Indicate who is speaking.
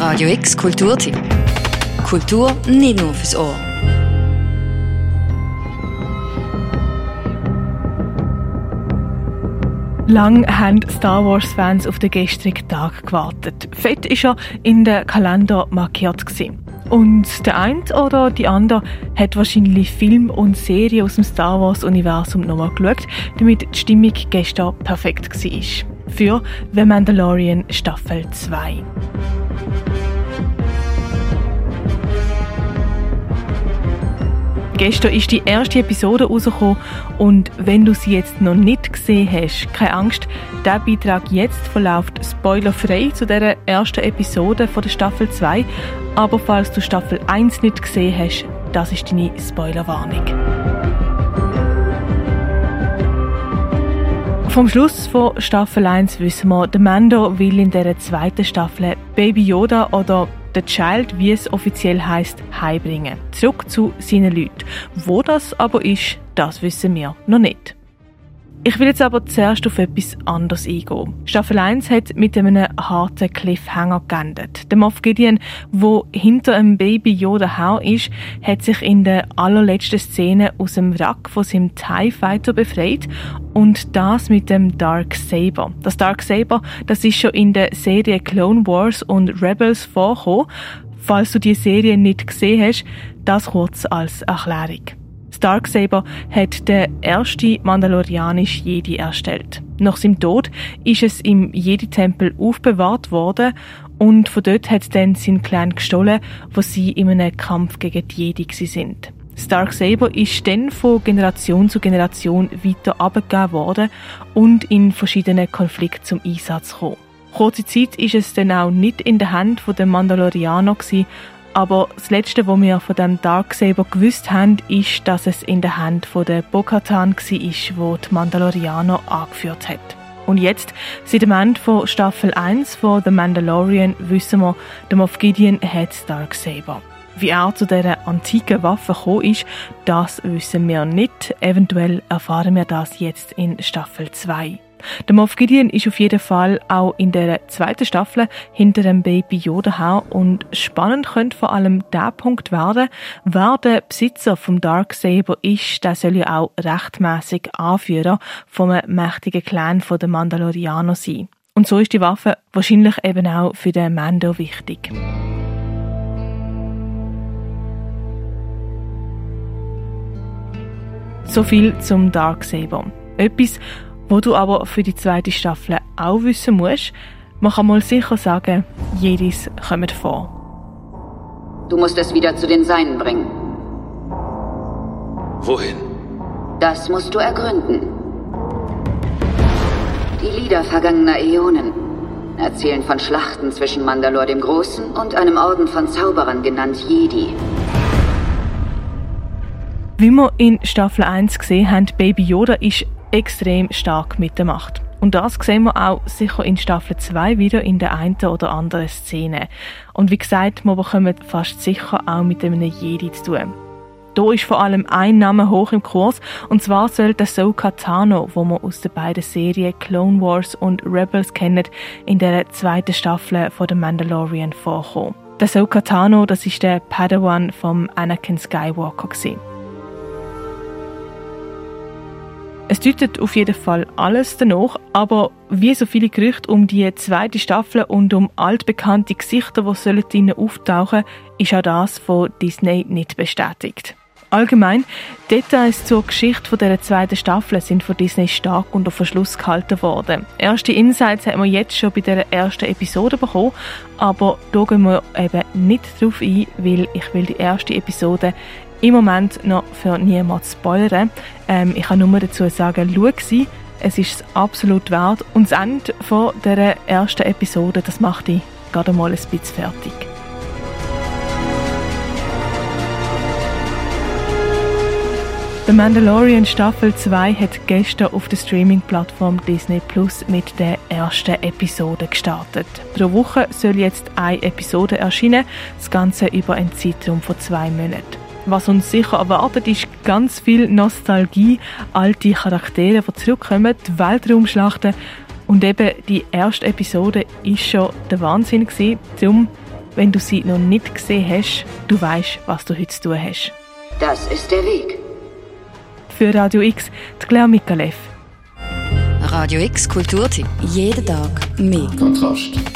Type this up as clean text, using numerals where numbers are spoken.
Speaker 1: Radio X Kulturtipp. Kultur nicht nur fürs Ohr.
Speaker 2: Lang haben Star Wars-Fans auf den gestrigen Tag gewartet. Fett war er in den Kalender markiert. Und der eine oder die andere hat wahrscheinlich Film und Serie aus dem Star Wars-Universum nochmal geschaut, damit die Stimmung gestern perfekt war. Für The Mandalorian Staffel 2. Gestern ist die erste Episode rausgekommen und wenn du sie jetzt noch nicht gesehen hast, keine Angst, dieser Beitrag jetzt verläuft spoilerfrei zu dieser ersten Episode von der Staffel 2. Aber falls du Staffel 1 nicht gesehen hast, das ist deine Spoilerwarnung. Vom Schluss von Staffel 1 wissen wir, der Mando will in dieser zweiten Staffel Baby Yoda oder The Child, wie es offiziell heisst, heimbringen. Zurück zu seinen Leuten. Wo das aber ist, das wissen wir noch nicht. Ich will jetzt aber zuerst auf etwas anderes eingehen. Staffel 1 hat mit einem harten Cliffhanger geendet. Der Moff Gideon, der hinter einem Baby Yoda her ist, hat sich in der allerletzten Szene aus dem Wrack von seinem TIE Fighter befreit und das mit dem Darksaber. Das Darksaber, das ist schon in der Serie Clone Wars und Rebels vorgekommen. Falls du die Serie nicht gesehen hast, das kurz als Erklärung. Das Darksaber hat der erste mandalorianische Jedi erstellt. Nach seinem Tod ist es im Jedi-Tempel aufbewahrt worden und von dort hat es dann sein Clan gestohlen, wo sie in einem Kampf gegen die Jedi sind. Das Darksaber ist dann von Generation zu Generation weiter abgegeben worden und in verschiedenen Konflikten zum Einsatz gekommen. Kurze Zeit ist es dann auch nicht in der Hand der Mandalorianer gewesen, aber das Letzte, was wir von dem Darksaber gewusst haben, ist, dass es in der Hand der Bo-Katan war, wo die Mandalorianer angeführt hat. Und jetzt, seit dem Ende von Staffel 1 von The Mandalorian, wissen wir, der Moff Gideon hat das Darksaber. Wie er zu dieser antiken Waffe gekommen ist, das wissen wir nicht. Eventuell erfahren wir das jetzt in Staffel 2. Der Moff Gideon ist auf jeden Fall auch in der zweiten Staffel hinter dem Baby Yoda her und spannend könnte vor allem der Punkt werden, wer der Besitzer vom Darksaber ist, der soll ja auch rechtmäßig Anführer vom mächtigen Clan der Mandalorianer sein. Und so ist die Waffe wahrscheinlich eben auch für den Mando wichtig. So viel zum Darksaber. Etwas, wo du aber für die zweite Staffel auch wissen musst, man kann mal sicher sagen, Jedis kommen vor.
Speaker 3: Du musst es wieder zu den Seinen bringen.
Speaker 4: Wohin?
Speaker 3: Das musst du ergründen. Die Lieder vergangener Äonen erzählen von Schlachten zwischen Mandalore dem Großen und einem Orden von Zauberern genannt Jedi.
Speaker 2: Wie wir in Staffel 1 gesehen haben, Baby Yoda ist extrem stark mit der Macht. Und das sehen wir auch sicher in Staffel 2 wieder in der einen oder anderen Szene. Und wie gesagt, wir bekommen fast sicher auch mit einem Jedi zu tun. Da ist vor allem ein Name hoch im Kurs, und zwar soll der Ahsoka Tano, wo wir aus den beiden Serien Clone Wars und Rebels kennen, in der zweiten Staffel von The Mandalorian vorkommen. Der Ahsoka Tano, das ist der Padawan vom Anakin Skywalker gewesen. Es deutet auf jeden Fall alles danach, aber wie so viele Gerüchte um die zweite Staffel und um altbekannte Gesichter, die drinnen auftauchen, ist auch das von Disney nicht bestätigt. Allgemein, Details zur Geschichte dieser zweiten Staffel sind von Disney stark unter Verschluss gehalten worden. Erste Insights haben wir jetzt schon bei der ersten Episode bekommen, aber da gehen wir eben nicht drauf ein, weil ich will die erste Episode im Moment noch für niemanden spoilern. Ich kann nur dazu sagen, schau sie, es ist es absolut wert. Und das Ende von dieser ersten Episode, das macht dich gerade mal ein bisschen fertig. The Mandalorian Staffel 2 hat gestern auf der Streaming-Plattform Disney Plus mit der ersten Episode gestartet. Pro Woche soll jetzt eine Episode erscheinen, das Ganze über einen Zeitraum von 2 Monaten. Was uns sicher erwartet, ist ganz viel Nostalgie, alte Charaktere, die zurückkommen, die Weltraumschlachten und eben die erste Episode ist schon der Wahnsinn gewesen. Darum wenn du sie noch nicht gesehen hast, du weißt, was du heute zu tun hast.
Speaker 3: Das ist der Weg.
Speaker 2: Für Radio X, die Claire Mikalev.
Speaker 1: Radio X Kulturtipp. Jeden Tag mehr.
Speaker 4: Kontrast.